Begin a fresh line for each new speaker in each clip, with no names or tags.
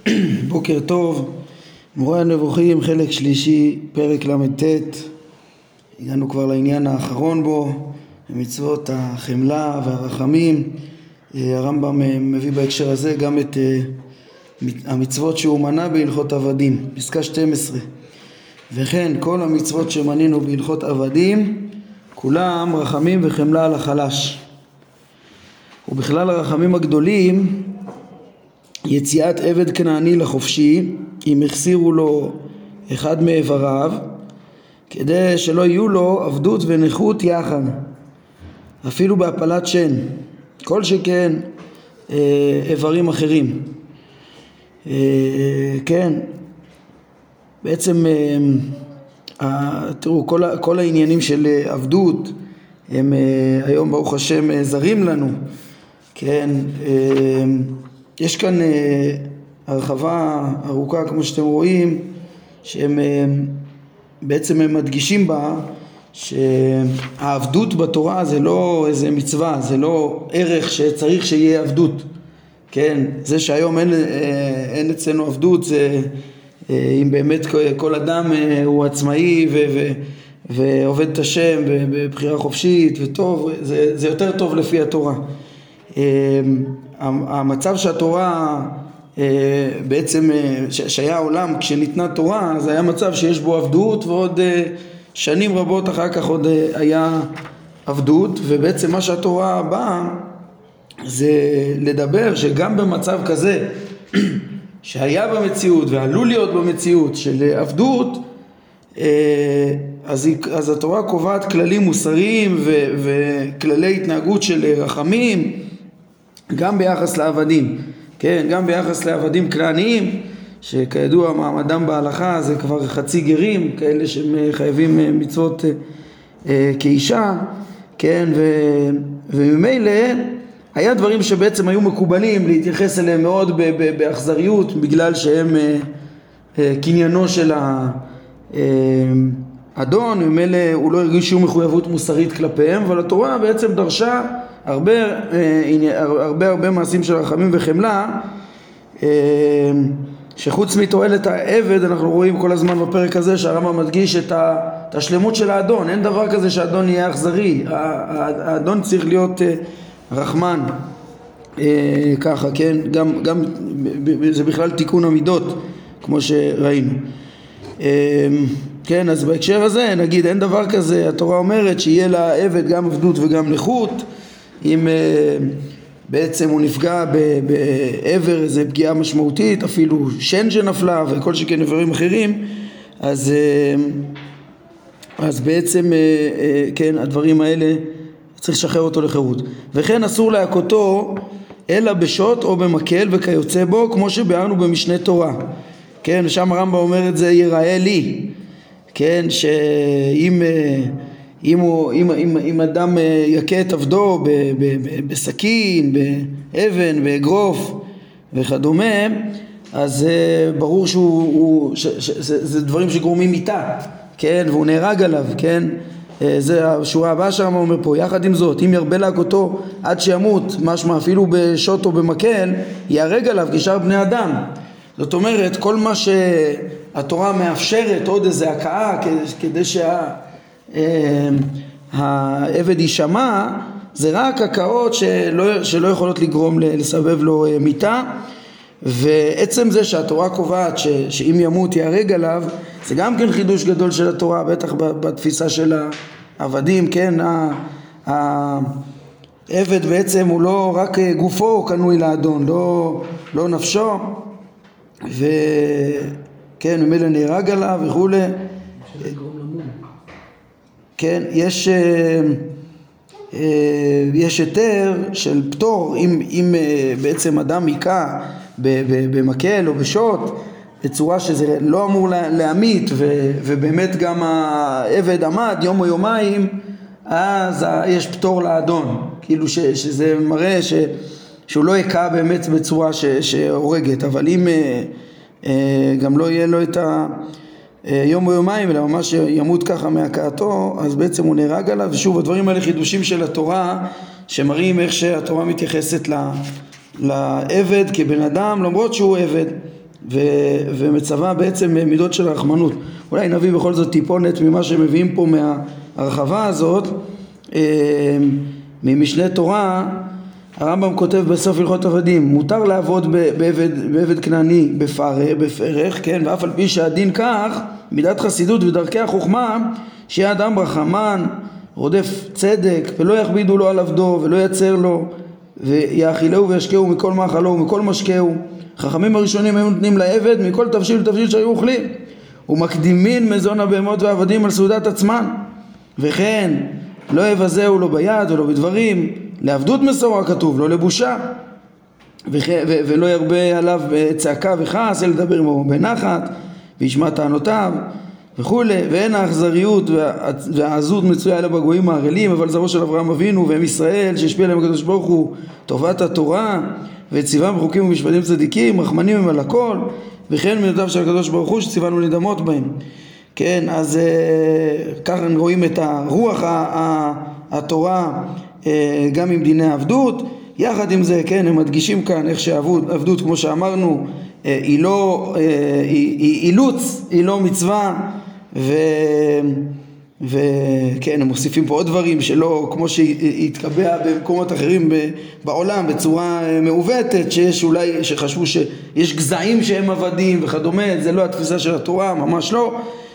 בוקר טוב, מורה הנבוכים, חלק שלישי, פרק ל"ט. הגענו כבר לעניין האחרון בו, מצוות החמלה והרחמים. הרמב"ם מביא בהקשר הזה גם את המצוות שהוא מנה בהלכות עבדים, פסקה 12. וכן כל המצוות שמנינו בהלכות עבדים, כולם רחמים וחמלה על החלש. ובכלל הרחמים הגדולים, יציאת עבד כנעני לחופשי, אם החסירו לו אחד מאיבריו, כדי שלא יהיו לו עבדות ונכות יחד, אפילו בהפלת שן, כל שכן איברים אחרים. כן, בעצם תראו, כל העניינים של עבדות הם היום ברוך השם זרים לנו. כן, יש כאן הרחבה ארוכה כמו שאתם רואים, שהם בעצם הם מדגישים בה שהעבדות בתורה זה לא איזה מצווה, זה לא ערך שצריך שיהיה עבדות. כן, זה שהיום אין אצלנו עבדות, זה אם באמת כל אדם הוא עצמאי ועובד את השם בבחירה חופשית וטוב, זה יותר טוב לפי התורה. המצב שהתורה בעצם שהיה העולם כשניתנה תורה, אז היה מצב שיש בו עבדות, ועוד שנים רבות אחר כך עוד היה עבדות. ובעצם מה שהתורה באה זה לדבר שגם במצב כזה שהיה במציאות ועלול להיות במציאות של עבדות, אז התורה קובעת כללים מוסריים וכללי התנהגות של רחמים גם ביחס לעבדים. כן, גם ביחס לעבדים כנעניים, שכידוע מעמדם בהלכה זה כבר חצי גרים, כאלה שחייבים מצוות כאישה. כן, וממילא היה דברים שבעצם היו מקובלים להתייחס אליהם מאוד באכזריות, בגלל שהם קניינו של האדון, וממילא הוא לא הרגיש שום מחויבות מוסרית כלפיהם. אבל התורה בעצם דרשה הרבה מעשים של רחמים וחמלה, שחוץ מתועלת העבד אנחנו רואים כל הזמן בפרק הזה שהרמב"ם מדגיש את השלמות של האדון. אין דבר כזה שהאדון יהיה אכזרי, האדון צריך להיות רחמן, ככה, כן, גם זה בכלל תיקון המידות כמו שראינו. כן, אז בהקשר הזה נגיד אין דבר כזה, התורה אומרת שיהיה לעבד גם עבדות וגם נכות. אם בעצם הוא נפגע בעבר איזה פגיעה משמעותית, אפילו שן שנפלה וכל שכן איברים אחרים, אז בעצם כן, הדברים האלה צריך לשחרר אותו לחירות. וכן אסור להכותו אלא בשוט או במקל וכיוצא בו, כמו שביארנו במשנה תורה. כן, ושם הרמב"ם אומר את זה יראה לי, כן, שאם אם אדם יכה את עבדו בסכין, באבן, באגרוף וכדומה, אז ברור שזה דברים שגורמים מיתה, כן, והוא נהרג עליו, כן. זה השורה הבאה שהרמב"ם אומר פה. יחד עם זאת, אם ירבה להכותו עד שימות, משמע אפילו בשוט או במקל, יהרג עליו כשאר בני אדם. זאת אומרת, כל מה שהתורה מאפשרת, עוד איזה הכאה כדי העבד יישמע, זה רק הכאות שלא יכולות לגרום לסבב לו מיתה. ועצם זה שהתורה קובעת שאם ימות יהרג עליו, זה גם כן חידוש גדול של התורה, בטח בתפיסה של העבדים. כן, העבד בעצם הוא לא רק גופו קנוי לאדון, לא נפשו, וכן, ממילא נהרג עליו וכולי. כן, יש היתר של פטור אם בעצם אדם היכה במקל או בשוט בצורה שזה לא אמור להמית, ובאמת גם העבד עמד יום או יומיים, אז יש פטור לאדון, כאילו שזה מראה שהוא לא היכה באמת בצורה שהורגת. אבל אם גם לא יהיה לו את יום או יומיים, אלא ממש ימות ככה מהכאתו, אז בעצם הוא נהרג עליו. ושוב, הדברים האלה חידושים של התורה שמראים איך שהתורה מתייחסת לעבד כבן אדם, למרות שהוא עבד. ומצווה בעצם מידות של רחמנות. אולי נביא בכל זאת טיפונת ממה שמביאים פה מהרחבה הזאת, ממשנה תורה. הרמב"ם כותב בסוף הלכות עבדים, מותר לעבוד בעבד כנעני בפרך, כן? ואף על פי שהדין כך, מידת חסידות ודרכי החוכמה, שיהיה אדם רחמן, רודף צדק, ולא יכבידו לו על עבדו, ולא יצר לו, ויאכילהו וישקהו מכל מאכלו ומכל משקהו. חכמים הראשונים היו נותנים לעבד מכל תבשיל ותבשיל שהיו אוכלים, ומקדימים מזון הבהמות והעבדים על סעודת עצמן. וכן לא יבזהו לו ביד ולא בדברים, לעבדות מסורה כתוב, לא לבושה, ולא ירבה עליו צעקה וכעס, אלא לדבר עמו בנחת וישמע טענותיו וכו'. ואין האכזריות והעזות מצויה אלא בגויים הערלים, אבל זרעו של אברהם אבינו והם ישראל שהשפיע עליהם הקדוש ברוך הוא טובת התורה וציווהם בחוקים ומשפטים צדיקים, רחמנים הם על הכל, וכן מידותיו של הקדוש ברוך הוא שציוונו לדמות בהם. כן, אז ככה רואים את הרוח התורה גם עם דיני עבדות. יחד עם זה, כן, הם מדגישים כאן איך שהעבדות, כמו שאמרנו, היא לא אילוץ, היא לא מצווה, וכן, הם מוסיפים פה עוד דברים שלא, כמו שהתקבע במקומות אחרים בעולם בצורה מעוותת, שיש אולי, שחשבו שיש גזעים שהם עבדים וכדומה. זה לא התפיסה של התורה, ממש לא.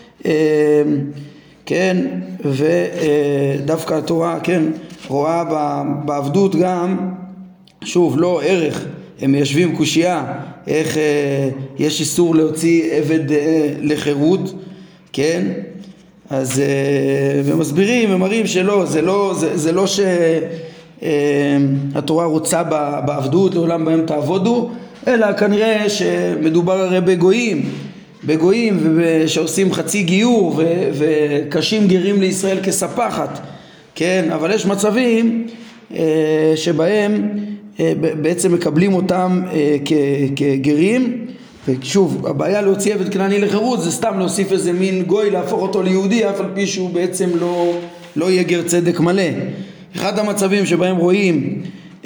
כן, ודווקא התורה, כן, רואה בעבדות גם, שוב, לא ערך. הם יושבים קושייה איך יש איסור להוציא עבד לחירות, כן? אז ומסבירים ומראים שלא, זה לא שהתורה רוצה בעבדות לעולם בהם תעבודו, אלא כנראה שמדובר הרי בגויים שעושים חצי גיור וקשים גרים לישראל כספחת, כן? אבל יש מצבים שבהם בעצם מקבלים אותם כגרים. ושוב, הבעיה להוציא עבד כנעני לחירות זה סתם להוסיף איזה מין גוי, להפוך אותו ליהודי, אף על פי שהוא בעצם לא יהיה גר צדק מלא. אחד המצבים שבהם רואים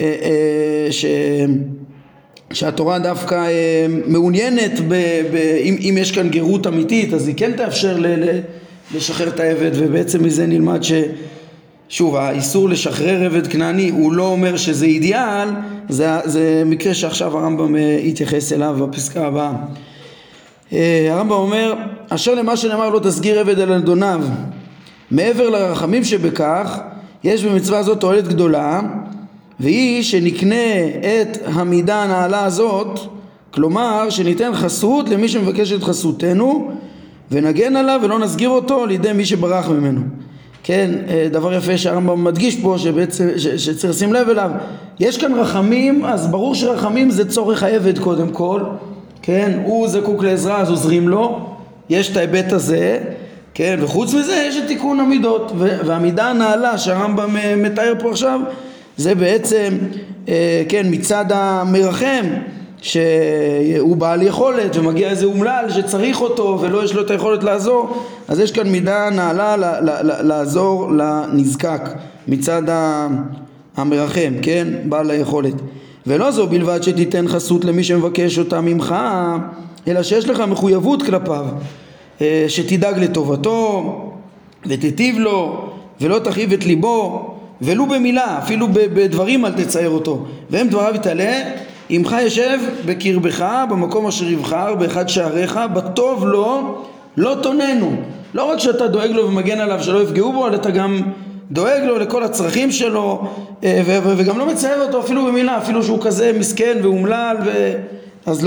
שהתורה דווקא מעוניינת אם יש כאן גרות אמיתית, אז היא כן תאפשר לשחרר את העבד, ובעצם מזה נלמד שוב, האיסור לשחרר עבד כנעני הוא לא אומר שזה אידיאל, זה מקרה שעכשיו הרמב"ם יתייחס אליו בפסקה הבאה. הרמב"ם אומר, אשר למה שנאמר לא תסגיר עבד על אדוניו, מעבר לרחמים שבכך, יש במצווה הזאת תועלת גדולה, והיא שנקנה את המידה הנעלה הזאת, כלומר שניתן חסות למי שמבקש את חסותנו, ונגן עליו ולא נסגיר אותו לידי מי שברח ממנו. כן, דבר יפה שהרמב"ם מדגיש פה שצריך לשים לב אליו. יש כאן רחמים, אז ברור שרחמים זה צורך העבד קודם כל, כן, הוא זקוק לעזרה אז עוזרים לו, יש את ההיבט הזה, כן, וחוץ מזה יש את תיקון המידות, והמידה הנעלה שהרמב"ם מתאר פה עכשיו זה בעצם, כן, מצד המרחם שהוא בעל יכולת ומגיע איזה אומלל שצריך אותו ולא יש לו את היכולת לעזור, אז יש כאן מידה נעלה לעזור לנזקק מצד המרחם, כן, בעל היכולת. ולא זו בלבד שתיתן חסות למי שמבקש אותה ממך, אלא שיש לך מחויבות כלפיו, שתדאג לטובתו ותיטיב לו ולא תחיב את ליבו ולו במילה, אפילו בדברים אל תצייר אותו. והם דבריו יתעלה, עמך ישב בקרבך במקום אשר יבחר באחד שעריך, בטוב לו לא תוננו. לא רק שאתה דואג לו ומגן עליו שלא יפגעו בו, אלא אתה גם דואג לו לכל הצרכים שלו, וגם לא מצייר אותו אפילו במילה, אפילו שהוא כזה מסכן ואומלל, אז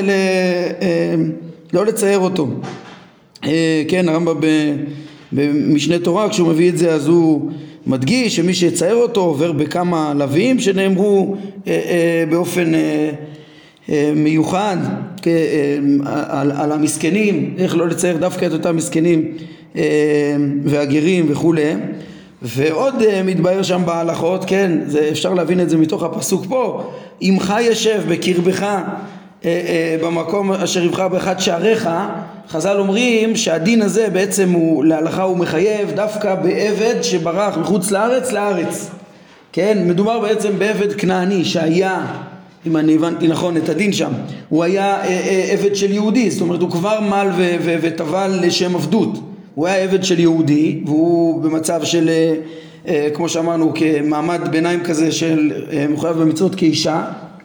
לא לצייר אותו. כן, הרמב"ם במשנה תורה כשהוא מביא את זה אז הוא מדגיש שמי שיצייר אותו עובר בכמה לווים שנאמרו באופן מיוחד על המסכנים, איך לא לצייר דווקא את אותם מסכנים והגרים וכו'. ועוד מתבהר שם בהלכות, כן, זה אפשר להבין את זה מתוך הפסוק פה, עמך ישב בקרבך במקום אשר יבחר באחד שעריך. חז"ל אומרים שהדין הזה בעצם הוא להלכה הוא מחייב דווקא בעבד שברח מחוץ לארץ, כן, מדובר בעצם בעבד כנעני שהיה אם אני הבנתי נכון את הדין שם, הוא היה עבד של יהודי, זאת אומרת הוא כבר מל וטבל לשם עבדות, הוא היה עבד של יהודי והוא במצב של כמו שאמרנו כמעמד ביניים כזה של מחויב במצוות כאישה,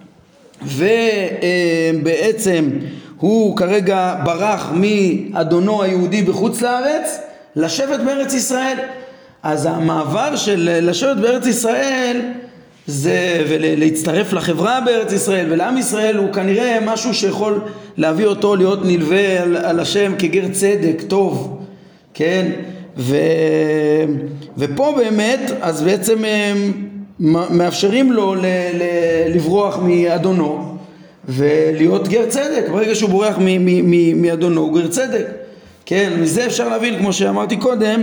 ובעצם הוא כרגע ברח מאדונו היהודי בחוץ לארץ לשבת בארץ ישראל. אז המעבר של לשבת בארץ ישראל זה ולהצטרף לחברה בארץ ישראל ולעם ישראל הוא כנראה משהו שיכול להביא אותו להיות נלווה על השם כגר צדק טוב, כן? ופה באמת אז בעצם מאפשרים לו לברוח מאדונו ולהיות גר צדק. ברגע שהוא בורח מאדונו הוא גר צדק, כן? מזה אפשר להבין כמו שאמרתי קודם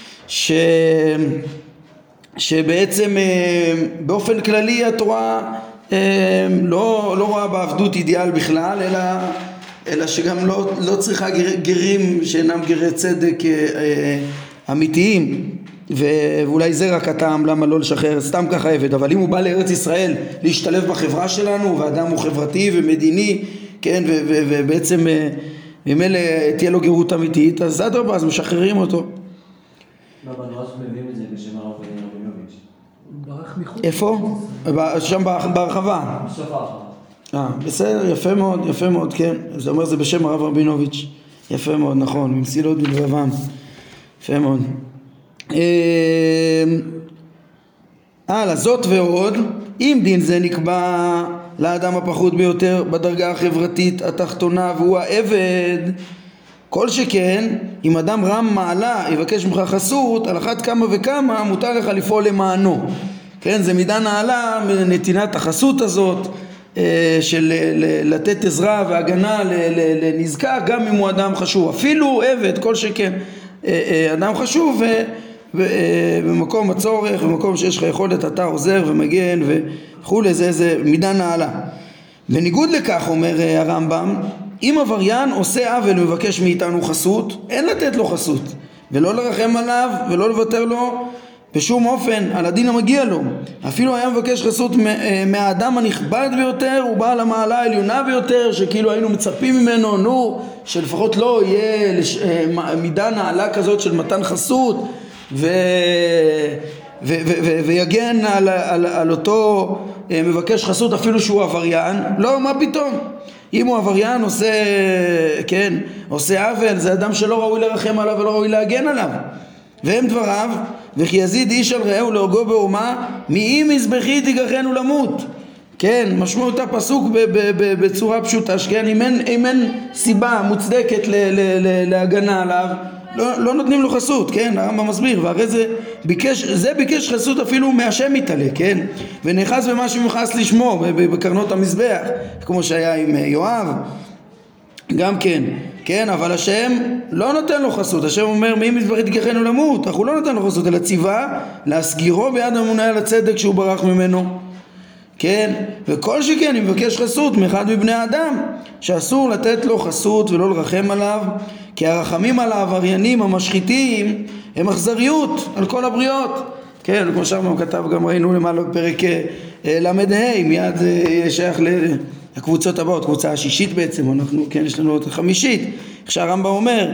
שבעצם באופן כללי התורה לא רואה בעבדות אידיאל בכלל, אלא שגם לא צריכה גרים שאינם גרי צדק אמיתיים, ואולי זה רק הטעם למה לא לשחרר סתם ככה עבד. אבל אם הוא בא לארץ ישראל להשתלב בחברה שלנו, ואדם הוא חברתי ומדיני, כן, ובעצם אם אלה תהיה לו גרות אמיתית, אז אדרבה, אז משחררים אותו.
בנועז מביאים את זה בשם הרב רבינוביץ'.
ברח מחוץ.
איפה? שם בהרחבה.
בסוף ההרחבה.
בסדר, יפה מאוד, כן. זה אומר זה בשם הרב רבינוביץ'. יפה מאוד, נכון, ממסילות בלבבם. יפה מאוד. זאת ועוד, אם דין זה נקבע לאדם הפחות ביותר בדרגה החברתית התחתונה והוא העבד, כל שכן אם אדם רם מעלה יבקש ממך חסות, על אחת כמה וכמה מותר לך לפעול למענו, כן? זה מידה נעלה מנתינת החסות הזאת של לתת עזרה והגנה לנזקק, גם אם הוא אדם חשוב, אפילו עבד, כל שכן אדם חשוב ובמקום הצורך, במקום שיש לך יכולת אתה עוזר ומגן וכו', זה מידה נעלה. בניגוד לכך אומר הרמב"ם, אם עבריין עושה עוול ומבקש מאיתנו חסות, אין לתת לו חסות ולא לרחם עליו ולא לוותר לו בשום אופן על הדין המגיע לו. אפילו היה מבקש חסות מהאדם הנכבד ביותר ובעל המעלה העליונה ביותר, שכאילו היינו מצפים ממנו שלפחות לא יהיה מידה נעלה כזאת של מתן חסות ויגן על אותו מבקש חסות אפילו שהוא עבריין. לא, מה פתאום? אם הוא עבריין עושה עוול, זה אדם שלא ראוי לרחם עליו ולא ראוי להגן עליו. והם דבריו, וכי יזיד איש על רעהו להורגו בעורמה, מי אם מזבחי תיגחנו למות. כן, משמעות הפסוק בצורה פשוטה, שכן אם אין סיבה מוצדקת להגנה עליו, לא נותנים לו חסות, כן? הרמב"ם מסביר, והרי זה ביקש חסות אפילו מהשם מתעלה, כן? ונאחז במה שמחס לשמו בקרנות המזבח, כמו שהיה עם יואב, גם כן, כן? אבל השם לא נותן לו חסות. השם אומר מי מזבחי תיגחנו למות, אך הוא לא נותן לו חסות, אלא ציווה להסגירו ביד הממונה על הצדק שהוא ברח ממנו, כן? וכל שכן אם מבקש חסות מאחד מבני האדם, שאסור לתת לו חסות ולא לרחם עליו, כי הרחמים על העבריינים המשחיתים הם אכזריות על כל הבריות, כן? כמו שהרמב"ם כתב, גם ראינו למעלה בפרק למ"ה, מיד שייך לקבוצות הבאות, קבוצה השישית בעצם, אנחנו, כן, יש לנו את החמישית, איך שהרמב"ם אומר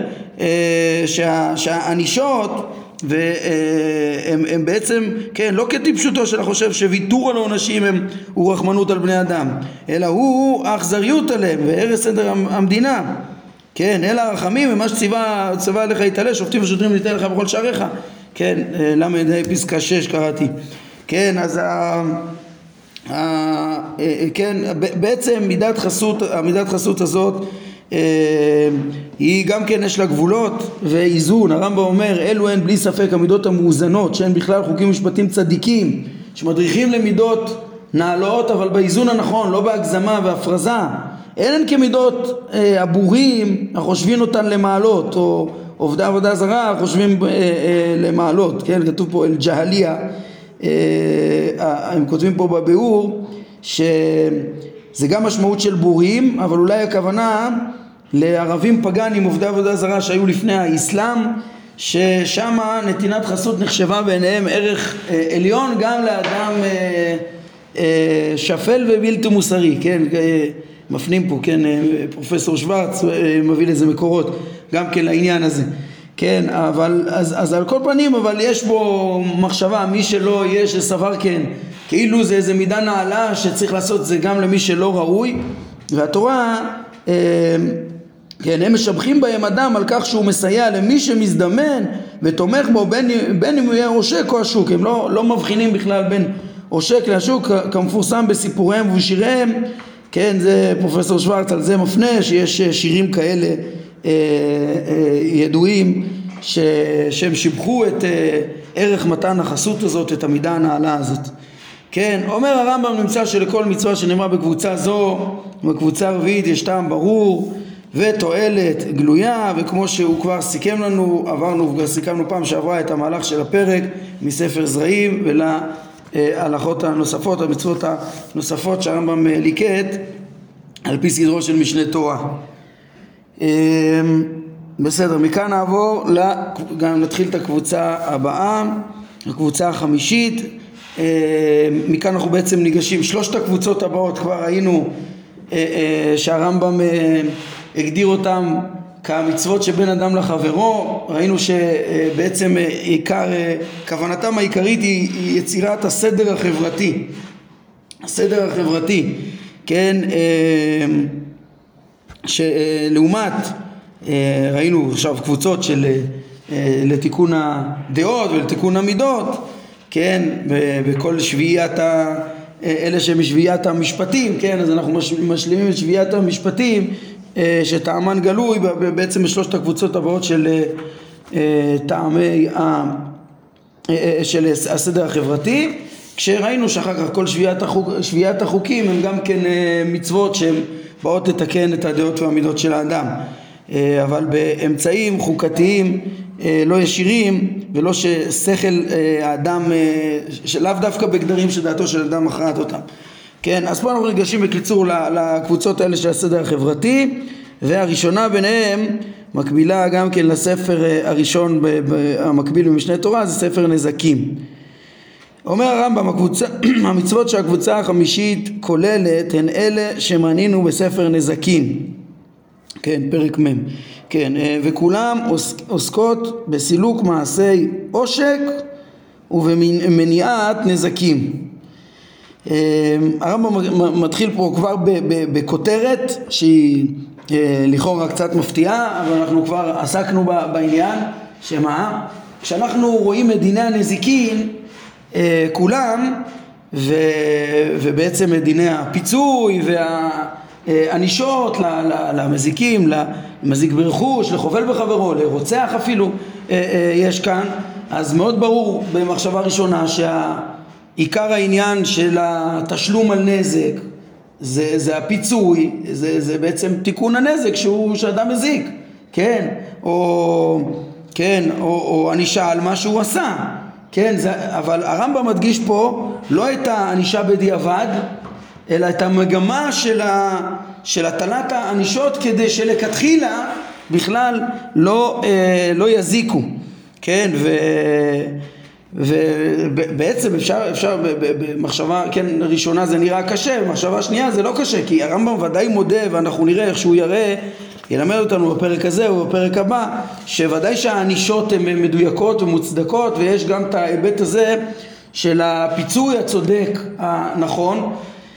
שהענישות והם בעצם, כן, לא כטיפשותו של החושב שוויתור על העונשים הוא רחמנות על בני אדם, אלא הוא האכזריות עליהם והרס סדר המדינה, כן? אלא הרחמים ומה שציווה עליך יתעלה, שופטים ושוטרים ניתן לך בכל שעריך, כן? למ"ה פסקה 6 קראתי, כן? אז כן, בעצם מידת חסות הזאת היא גם כן יש לה גבולות ואיזון. הרמב"ם אומר אלו הן בלי ספק המידות המאוזנות, שהן בכלל חוקים משפטים צדיקים שמדריכים למידות נעלות, אבל באיזון הנכון, לא בהגזמה והפרזה. אין כמידות הבורים החושבים אותן למעלות, או עובדי עבודה זרה חושבים למעלות, כן? כתוב פה אל-ג'הליה, הם כותבים פה בביאור שזה גם משמעות של בורים, אבל אולי הכוונה לערבים פגנים עובדי עבודה זרה שהיו לפני האסלאם, ששם נתינת חסות נחשבה בעיניהם ערך עליון גם לאדם שפל ובלתי מוסרי, כן, מפנים פה, כן, פרופסור שוורץ מביא לזה מקורות גם כן לעניין הזה, כן, אבל אז על כל פנים, אבל יש בו מחשבה, מי שלא יש שסבר כן, כאילו זה איזה מידה נעלה שצריך לעשות זה גם למי שלא ראוי, והתורה כן, הם משבחים בהם אדם על כך שהוא מסייע למי שמזדמן ותומך בו בין אם הוא יהיה עושק או עשוק. הם לא מבחינים בכלל בין עושק לעשוק, כמפורסם בסיפוריהם ובשיריהם. כן, זה פרופסור שוורץ על זה מפנה, שיש שירים כאלה ידועים שהם שיבחו את ערך מתן החסות הזאת, את המידה הנעלה הזאת. כן, אומר הרמב"ם נמצא שלכל מצווה שנאמרה בקבוצה זו, בקבוצה רביעית יש טעם ברור ותועלת גלויה, וכמו שהוא כבר סיכם לנו, סיכמנו פעם שעברה את המהלך של הפרק מספר זרעים ולהלכות הנוספות, המצוות הנוספות שהרמב"ם ליקט על פי סדרו של משנה תורה. בסדר, מכאן נעבור גם נתחיל את הקבוצה הבאה, הקבוצה החמישית. מכאן אנחנו בעצם ניגשים, שלושת הקבוצות הבאות כבר ראינו שהרמב"ם הגדיר אותם כמצוות שבין אדם לחברו. ראינו שבעצם כוונתם העיקרית היא יצירת הסדר החברתי, כן, שלעומת ראינו עכשיו קבוצות של לתיקון הדעות ולתיקון המידות, כן, בכל שביעיית אלה שמשביעת המשפטים, כן, אז אנחנו משלימים את שביעת המשפטים שטעמן גלוי בעצם בשלושת הקבוצות הבאות של טעמי של הסדר החברתי, כשראינו שאחר כך כל שביעת החוקים הם גם כן מצוות שהן באות לתקן את הדעות והמידות של האדם, אבל באמצעים חוקתיים לא ישירים ולא ששכל האדם, לאו דווקא בגדרים שדעתו של אדם מכרעת אותם. כן, אז פה אנחנו ניגשים בקיצור לקבוצות האלה של הסדר החברתי, והראשונה ביניהם מקבילה גם כן לספר הראשון המקביל במשנה תורה, זה ספר נזקים. אומר הרמב"ם, המצוות שהקבוצה החמישית כוללת הן אלה שמנינו בספר נזקים, כן, פרק מ', כן, וכולם עוסקות בסילוק מעשי עושק ובמניעת נזקים. הרמב"ם מתחיל פה כבר בכותרת שהיא לכאורה קצת מפתיעה, אבל אנחנו כבר עסקנו בעניין שמה? כשאנחנו רואים את דיני הנזיקין כולם ובעצם את דיני הפיצוי והענישות למזיקים, למזיק ברכוש, לחובל בחברו, לרוצח אפילו יש כאן, אז מאוד ברור במחשבה ראשונה עיקר העניין של התשלום על נזק זה הפיצוי, זה בעצם תיקון הנזק שאדם מזיק, כן, או ענישה על מה שהוא עשה, כן, אבל הרמב"ם מדגיש פה לא את הענישה בדיעבד, אלא את המגמה של הטלת הענישות כדי שלכתחילה בכלל לא יזיקו, כן, ובעצם אפשר במחשבה כן ראשונה זה נראה קשה, במחשבה שנייה זה לא קשה, כי הרמב"ם ודאי מודה, ואנחנו נראה איך שהוא ילמד אותנו בפרק הזה ובפרק הבא, שוודאי שהענישות הן מדויקות ומוצדקות, ויש גם את ההיבט הזה של הפיצוי הצודק הנכון,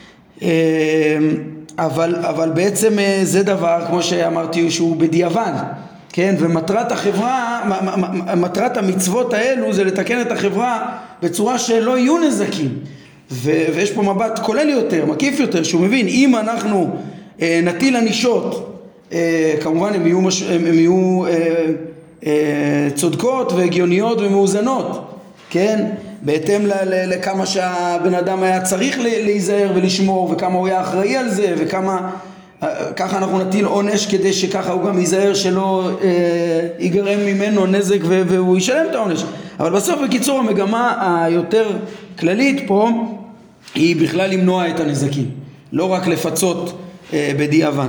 אבל בעצם זה דבר כמו שאמרתי שהוא בדיעבד, כן, ומטרת החברה, מטרת המצוות האלו זה לתקן את החברה בצורה שלא יהיו נזקים, ויש פה מבט כולל יותר, מקיף יותר, שהוא מבין אם אנחנו נטיל ענישות, כמובן הם יהיו צודקות והגיוניות ומאוזנות, כן, בהתאם לכמה שהבן אדם היה צריך להיזהר ולשמור, וכמה הוא היה אחראי על זה, וכמה ככה אנחנו נטיל עונש כדי שככה הוא גם ייזהר שלא ייגרם ממנו נזק והוא ישלם את העונש. אבל בסוף בקיצור המגמה היותר כללית פה היא בכלל למנוע את הנזקים, לא רק לפצות בדיעבד.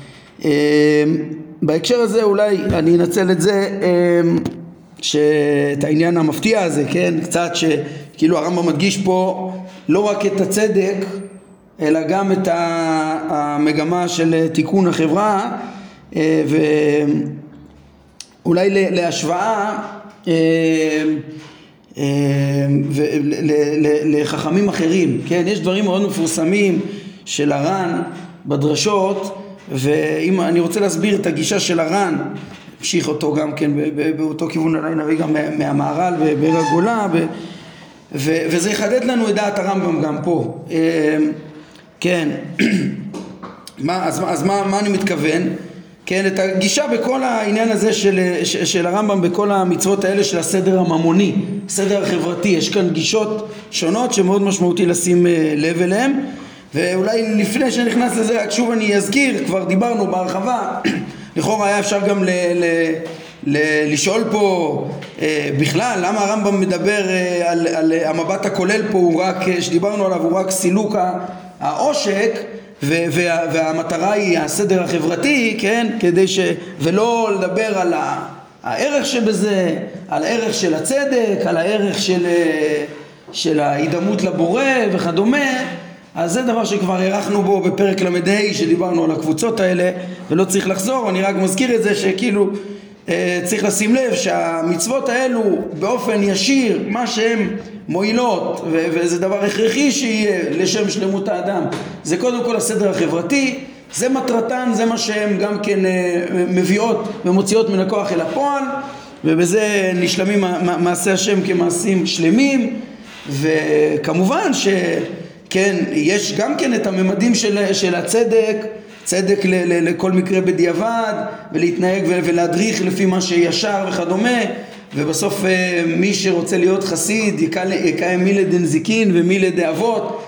בהקשר הזה אולי אני אנצל את זה שאת העניין המפתיע הזה, כן, קצת שכאילו הרמב"ם מדגיש פה לא רק את הצדק, אלא גם את המגמה של תיקון החברה, ואולי להשוואה לחכמים אחרים. כן, יש דברים מאוד מפורסמים של הר"ן בדרשות, ואם אני רוצה להסביר את הגישה של הר"ן, המשיך אותו גם כן באותו כיוון, אולי נביא גם מהמהר"ל בבאר הגולה, וזה יחדד לנו את דעת הרמב"ם גם פה. כן, אז מה אני מתכוון? כן, את הגישה בכל העניין הזה של הרמב"ם, בכל המצוות האלה של הסדר הממוני, הסדר החברתי, יש כאן גישות שונות שמאוד משמעותי לשים לב אליהם, ואולי לפני שנכנס לזה, רק שוב אני אזכיר, כבר דיברנו בהרחבה, לכאורה היה אפשר גם לשאול פה בכלל, למה הרמב"ם מדבר על המבט הכולל פה, הוא רק, שדיברנו עליו, הוא רק סילוק העושק, והמטרה היא הסדר החברתי, כן, כדי ולא לדבר על הערך שבזה, על הערך של הצדק, על הערך של ההידמות לבורא וכדומה. אז זה דבר שכבר ערכנו בו בפרק למדי, שדיברנו על הקבוצות האלה, ולא צריך לחזור. אני רק מזכיר את זה שכאילו צריך לשים לב שהמצוות האלו באופן ישיר, מה שהן מועילות, וזה דבר הכרחי שיהיה לשם שלמות האדם, זה קודם כל הסדר החברתי, זה מטרתן, זה מה שהן גם כן מביאות ומוציאות מן הכוח אל הפועל, ובזה נשלמים מעשי השם כמעשים שלמים. וכמובן שכן, יש גם כן את הממדים של הצדק, צדק לכל מקרה בדיעבד, ולהתנהג ולהדריך לפי מה שישר וכדומה, ובסוף מי שרוצה להיות חסיד יקיים מילי דנזיקין ומילי דאבות,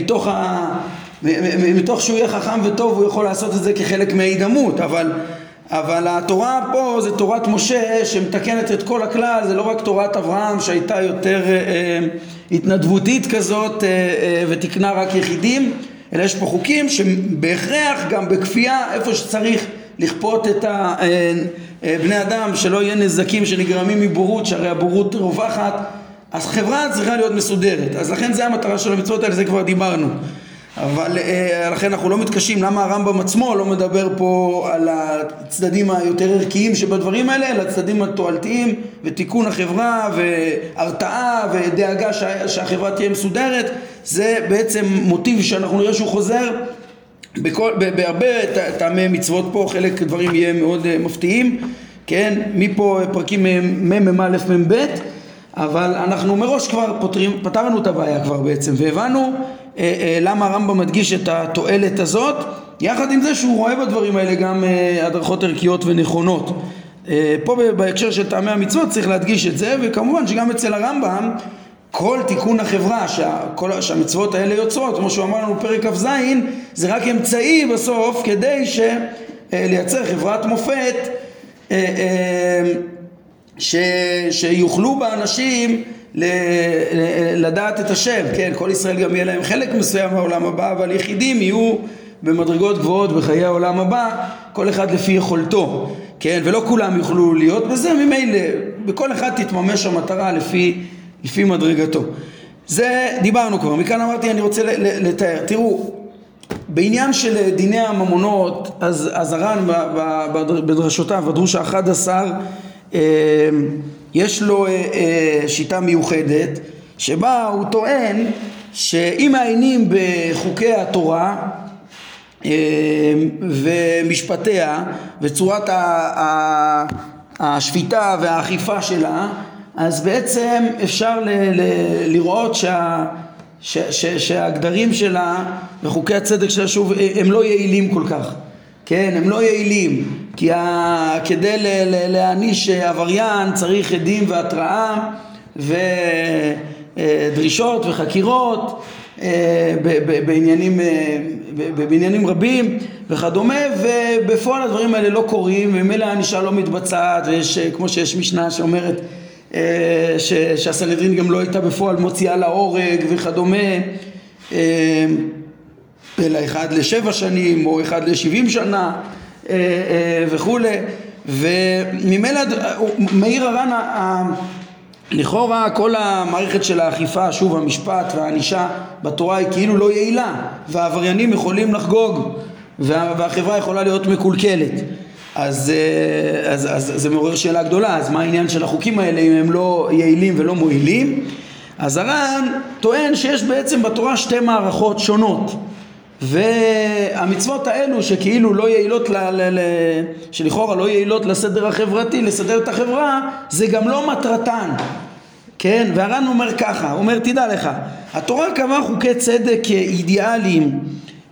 מתוך שהוא יהיה חכם וטוב הוא יכול לעשות את זה כחלק מההידמות, אבל התורה פה זה תורת משה שמתקנת את כל הכלל, זה לא רק תורת אברהם שהייתה יותר התנדבותית כזאת ותקנה רק יחידים, אלא יש פה חוקים שבהכרח גם בכפייה, איפה שצריך לכפות את בני אדם, שלא יהיה נזקים שנגרמים מבורות, שהרי הבורות רווחת, אז חברה צריכה להיות מסודרת. אז לכן זה המטרה של המצוות האלה, זה כבר דיברנו. אבל לכן אנחנו לא מתקשים למה הרמב"ם עצמו לא מדבר פה על הצדדים היותר ערכיים שבדברים האלה, אלא הצדדים התועלתיים ותיקון החברה והרתעה ודאגה שהחברה תהיה מסודרת. זה בעצם מוטיב שאנחנו נראה שהוא חוזר בהרבה טעמי מצוות פה, חלק דברים יהיה מאוד מפתיעים, כן, מפה פרקים מ' א' מ' ב', אבל אנחנו מראש כבר פתרנו את הבעיה כבר בעצם, והבנו למה הרמב"ם מדגיש את התועלת הזאת, יחד עם זה שהוא רואה בדברים האלה גם הדרכות ערכיות ונכונות. פה בהקשר של טעמי המצוות צריך להדגיש את זה, וכמובן שגם אצל הרמב"ם כל תיקון החברה שהמצוות האלה יוצרות, כמו שהוא אמר לנו פרק כ"ז, זה רק אמצעי בסוף כדי לייצר חברת מופת שיוכלו באנשים לדעת את השם. כן, כל ישראל גם יהיה להם חלק מסוים מהעולם הבא, אבל יחידים יהיו במדרגות גבוהות בחיי העולם הבא, כל אחד לפי יכולתו, כן, ולא כולם יוכלו להיות בזה, ממילא בכל אחד תתממש המטרה לפי מדרגתו. זה דיברנו כבר. מכאן אמרתי אני רוצה לתאר. תראו, בעניין של דיני הממונות, אז הר"ן בדרשותיו, בדרוש ה-11, יש לו שיטה מיוחדת שבה הוא טוען שאם מעיינים בחוקי התורה ומשפטיה וצורת השפיטה והאכיפה שלה, אז בעצם אפשר לראות שהגדרים שלה וחוקי הצדק שלה שוב הם לא יעילים כל כך. כן, הם לא יעילים, כי כדי להעניש עבריין צריך עדים והתראה ודרישות וחקירות בעניינים רבים וכדומה, ובפועל הדברים האלה לא קורים, וממילא הענישה לא מתבצעת, ויש כמו שיש משנה שאומרת שהסנהדרין גם לא הייתה בפועל מוציאה להורג וכדומה, אלא 1 ל7 שנים או 1 ל70 שנה וכו'. וממילא מעיר הר"ן לכאורה כל המערכת של האכיפה, שוב המשפט והענישה בתורה היא כאילו לא יעילה, והעבריינים יכולים לחגוג והחברה יכולה להיות מקולקלת. אז זה מעורר שאלה גדולה, אז מה העניין של החוקים האלה אם הם לא יעילים ולא מועילים? אז הר"ן טוען שיש בעצם בתורה שתי מערכות שונות, והמצוות האלו שכאילו לא יעילות שלכאורה לא יעילות לסדר החברתי, לסדר את החברה, זה גם לא מטרתן, כן? והר"ן אומר ככה, הוא אומר תדע לך, התורה קבעה חוקי צדק אידיאליים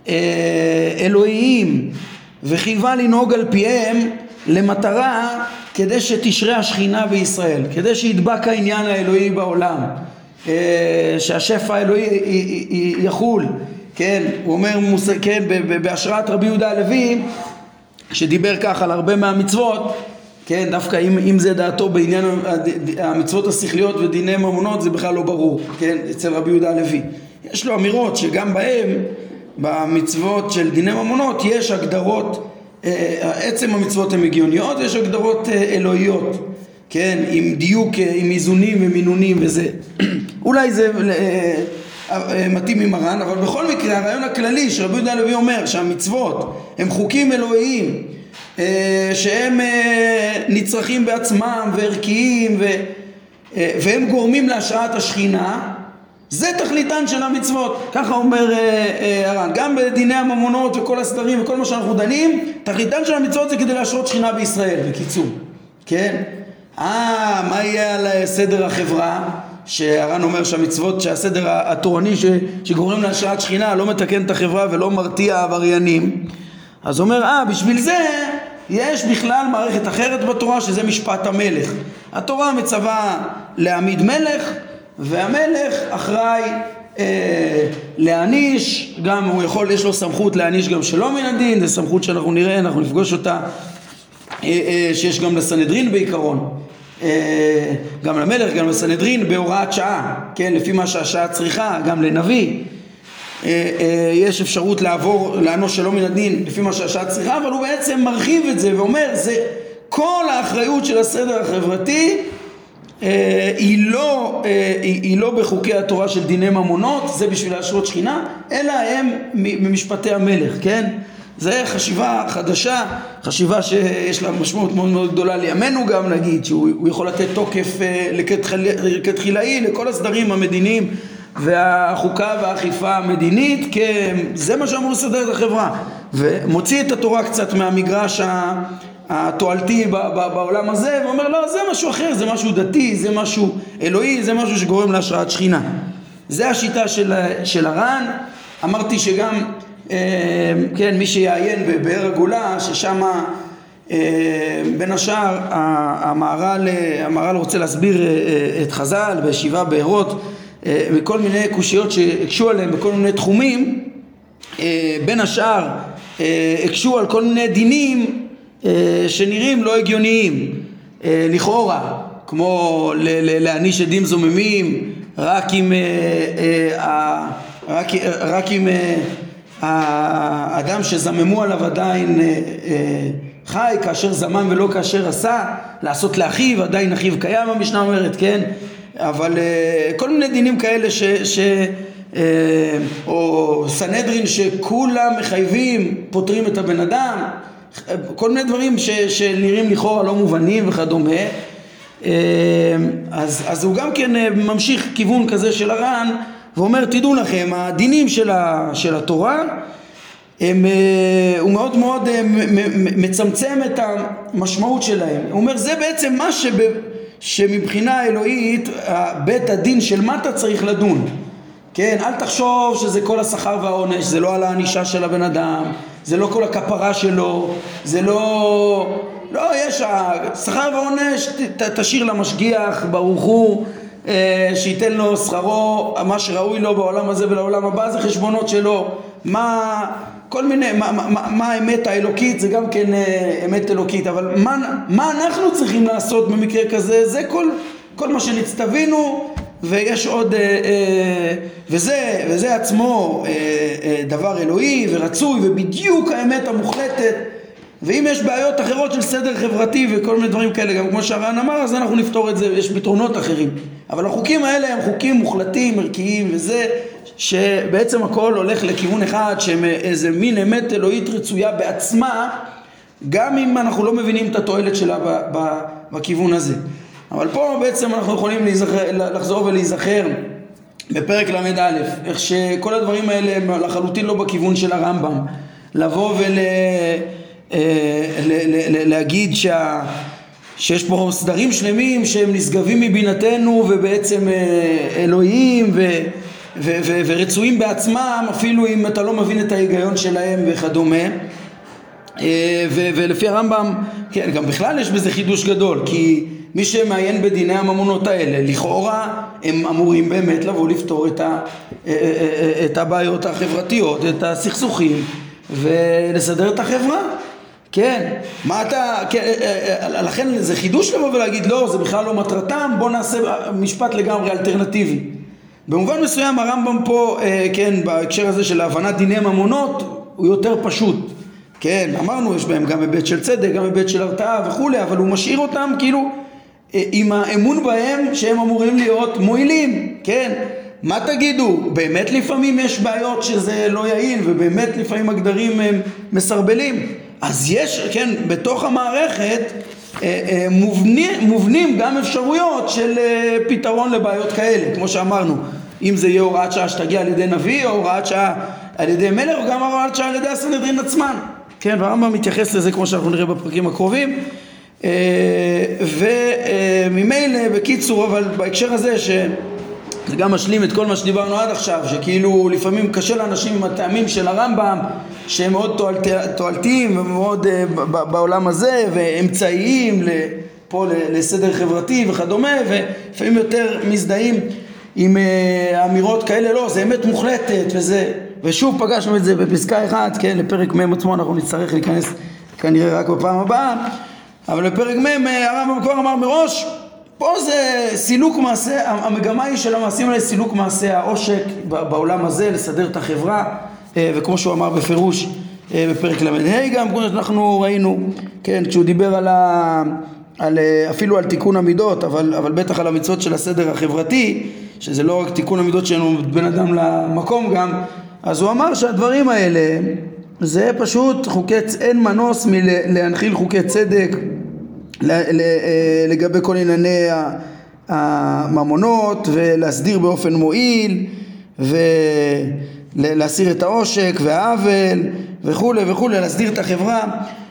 אלוהיים וחייבה לנהוג על פיהם למטרה כדי שתשרה השכינה בישראל, כדי שידבק העניין האלוהי בעולם, שהשפע האלוהי יחול, כן? הוא אומר כן, בהשראת רבי יהודה הלוי שדיבר כך על הרבה מהמצוות, כן? דווקא אם זה דעתו בעניין המצוות השכליות ודיני ממונות זה בכלל לא ברור, כן? אצל רבי יהודה הלוי יש לו אמירות שגם בהם במצוות של דיני ממונות יש הגדרות, עצם המצוות הן הגיוניות, יש הגדרות אלוהיות, כן? עם דיוק, עם איזונים ומינונים וזה אולי זה מתאים עם הר"ן, אבל בכל מקרה הרעיון הכללי שרבי יהודה הלוי אומר שהמצוות הם חוקים אלוהיים שהם נצרכים בעצמם וערכיים והם גורמים להשראת השכינה, זה תכליתן של המצוות, ככה אומר הר"ן. גם בדיני הממונות וכל הסדרים וכל מה שאנחנו דנים, תכליתן של המצוות זה כדי להשרות שכינה בישראל, בקיצור, כן? מה יהיה על סדר החברה? שהר"ן אומר שהמצוות, שהסדר התורני שגורם להשראת שכינה לא מתקן את החברה ולא מרתיע עבריינים, אז אומר בשביל זה יש בכלל מערכת אחרת בתורה שזה משפט המלך. התורה מצווה להעמיד מלך, והמלך אחראי להעניש, גם הוא יכול, יש לו סמכות להעניש גם שלא מן הדין, זו סמכות שאנחנו נראה, אנחנו נפגוש אותה, שיש גם לסנהדרין בעיקרון, גם למלך, גם לסנהדרין בהוראת שעה, כן, לפי מה שהשעה צריכה, גם לנביא יש אפשרות לענוש שלא מן הדין לפי מה שהשעה צריכה, אבל הוא בעצם מרחיב את זה ואומר זה כל האחריות של הסדר החברתי היא לא בחוקי התורה של דיני ממונות, זה בשביל להשרות שכינה, אלא הם ממשפטי המלך, כן? זה חשיבה חדשה, חשיבה שיש לה משמעות מאוד מאוד גדולה לימינו גם, נגיד שהוא יכול לתת תוקף כתחילאי לכל הסדרים המדיניים והחוקה והאכיפה המדינית, כי זה מה שאמור לסדר את החברה, ומוציא את התורה קצת מהמגרש התועלתי בעולם הזה, ואומר לא, זה משהו אחר, זה משהו דתי, זה משהו אלוהי, זה משהו שגורם להשראת שכינה. זה השיטה של הר"ן. אמרתי שגם כן, מי שיעיין בבאר הגולה, ששם בין השאר המהר"ל רוצה להסביר את חז"ל בשבעה בארות, מכל מיני קושיות שהקשו עליהם בכל מיני תחומים, בין השאר הקשו על כל מיני דינים שנראים לא הגיוניים לכאורה, כמו להעניש עדים זוממים רק אם האדם שזממו עליו עדיין חי, כאשר זמם ולא כאשר עשה, לעשות לאחיו, עדיין אחיו קיים, המשנה אומרת, כן? אבל כל מיני דינים כאלה או סנהדרין שכולם מחייבים, פותרים את הבן אדם, כל מיני דברים שנראים לכאורה לא מובנים וכדומה. אז הוא גם כן ממשיך כיוון כזה של הר"ן ואומר תדעו לכם, הדינים של התורה הוא מאוד מאוד מצמצם את המשמעות שלהם. הוא אומר זה בעצם מה שמבחינה אלוהית בית הדין של מטה צריך לדון, כן? אל תחשוב שזה כל השכר והעונש, זה לא על הענישה של הבן אדם, זה לא כל הכפרה שלו, זה לא יש השכר והעונש תשאיר למשגיח ברוך הוא שייתן לו שכרו, מה שראוי לו בעולם הזה ולעולם הבא, זה חשבונות שלו. כל מיני, מה האמת האלוקית, זה גם כן אמת אלוקית, אבל מה אנחנו צריכים לעשות במקרה כזה, זה כל מה שנצטווינו, ויש עוד, וזה עצמו דבר אלוהי ורצוי, ובדיוק האמת המוחלטת ואם יש בעיות אחרות של סדר חברתי וכל מיני דברים כאלה, גם כמו שהר"ן אמר, אז אנחנו נפתור את זה, יש פתרונות אחרים. אבל החוקים האלה הם חוקים מוחלטים, ערכיים, וזה שבעצם הכל הולך לכיוון אחד, שהם איזה מין אמת אלוהית רצויה בעצמה, גם אם אנחנו לא מבינים את התועלת שלה בכיוון הזה. אבל פה בעצם אנחנו יכולים לחזור ולהיזכר בפרק ל"א, איך שכל הדברים האלה הם לחלוטין לא בכיוון של הרמב"ם. לבוא ולהגיד שיש פה סדרים שלמים שהם נשגבים מבינתנו ובעצם אלוהים ורצויים בעצמם, אפילו אם אתה לא מבין את ההיגיון שלהם וכדומה. ולפי הרמב"ם, כן, גם בכלל יש בזה חידוש גדול, כי מי שמעיין בדיני הממונות האלה, לכאורה הם אמורים באמת לבוא לפתור את הבעיות החברתיות, את הסכסוכים, ולסדר את החברה. כן, מה אתה, כן, לכן זה חידוש לבוא ולהגיד לא, זה בכלל לא מטרתם, בוא נעשה משפט לגמרי אלטרנטיבי. במובן מסוים הרמב"ם פה, כן, בהקשר הזה של הבנת דיני ממונות, הוא יותר פשוט. כן, אמרנו, יש בהם גם היבט של צדק, גם היבט של הרתעה וכו', אבל הוא משאיר אותם כאילו עם האמון בהם שהם אמורים להיות מועילים. כן, מה תגידו? באמת לפעמים יש בעיות שזה לא יעיל, ובאמת לפעמים הגדרים הם מסרבלים. אז יש, כן, בתוך המערכת מובנים גם אפשרויות של פתרון לבעיות כאלה, כמו שאמרנו, אם זה יהיה הוראת שעה שתגיע על ידי נביא, או הוראת שעה על ידי מלך, או גם הוראת שעה על ידי הסנהדרין עצמן. כן, והרמב"ם מתייחס לזה כמו שאנחנו נראה בפרקים הקרובים. וממילא בקיצור, אבל בהקשר הזה שזה גם משלים את כל מה שדיברנו עד עכשיו, שכאילו לפעמים קשה לאנשים עם הטעמים של הרמב"ם שהם מאוד תועלתיים ומאוד בעולם הזה ואמצעיים פה לסדר חברתי וכדומה, ולפעמים יותר מזדהים עם אמירות כאלה. לא, זה אמת מוחלטת וזה, ושוב פגשנו את זה בפסקה 1, כן, לפרק מ' עצמו אנחנו נצטרך להיכנס כנראה רק בפעם הבאה, אבל בפרק מ' הרמב"ם כבר אמר מראש, פה זה סילוק מעשה, המגמה היא של המעשים האלה סילוק מעשה העושק בעולם הזה, לסדר את החברה, וכמו שהוא אמר בפירוש בפרק ל"ה גם, כמו שאנחנו ראינו, כן, כשהוא דיבר אפילו על תיקון המידות, אבל בטח על המצוות של הסדר החברתי, שזה לא רק תיקון המידות שלנו בין אדם למקום גם, אז הוא אמר שהדברים האלה זה פשוט אין מנוס מלהנחיל חוקי צדק לגבי כל ענייני הממונות, ולהסדיר באופן מועיל ולהסיר את העושק והעוול וכו' וכו', להסדיר את החברה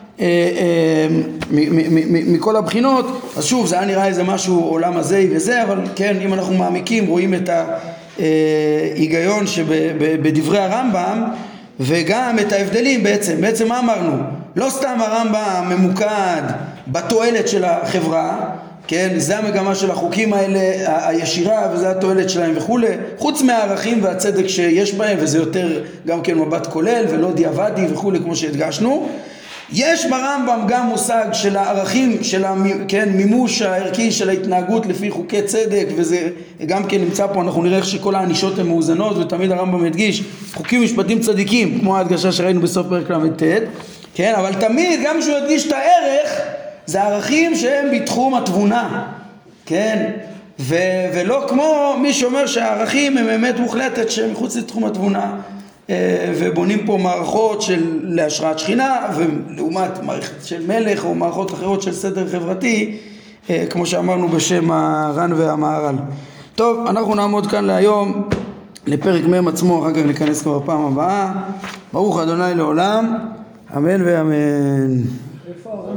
מכל הבחינות. אז שוב, זה היה נראה איזה משהו עולם הזה וזה, אבל כן, אם אנחנו מעמיקים רואים את ההיגיון שבדברי הרמב"ם וגם את ההבדלים. בעצם מה אמרנו? לא סתם הרמב"ם ממוקד בתועלת של החברה, כן, זה המגמה של החוקים האלה הישירה, וזה התועלת שלהם וכו', חוץ מהערכים והצדק שיש בהם, וזה יותר גם כן מבט כולל ולא דיעבדי וכו', כמו שהדגשנו. יש ברמב"ם גם מושג של הערכים של כן, מימוש הערכי של ההתנהגות לפי חוקי צדק, וזה גם כן נמצא פה, אנחנו נראה איך שכל הענישות הן מאוזנות, ותמיד הרמב"ם מדגיש חוקים משפטים צדיקים, כמו ההדגשה שראינו בסוף פרק ל"ט, כן, אבל תמיד גם כשהוא ידגיש את הערך, זה ערכים שהם בתחום התבונה, כן, ולא כמו מי שאומר שהערכים הם אמת מוחלטת שהם מחוץ לתחום התבונה, ובונים פה מערכות של להשראת שכינה, ולעומת מערכת של מלך או מערכות אחרות של סדר חברתי, כמו שאמרנו בשם הר"ן והמהר"ל. טוב, אנחנו נעמוד כאן להיום לפרק מ' עצמו, אחר כך ניכנס כבר בפעם הבאה. ברוך ה' לעולם, אמן ואמן.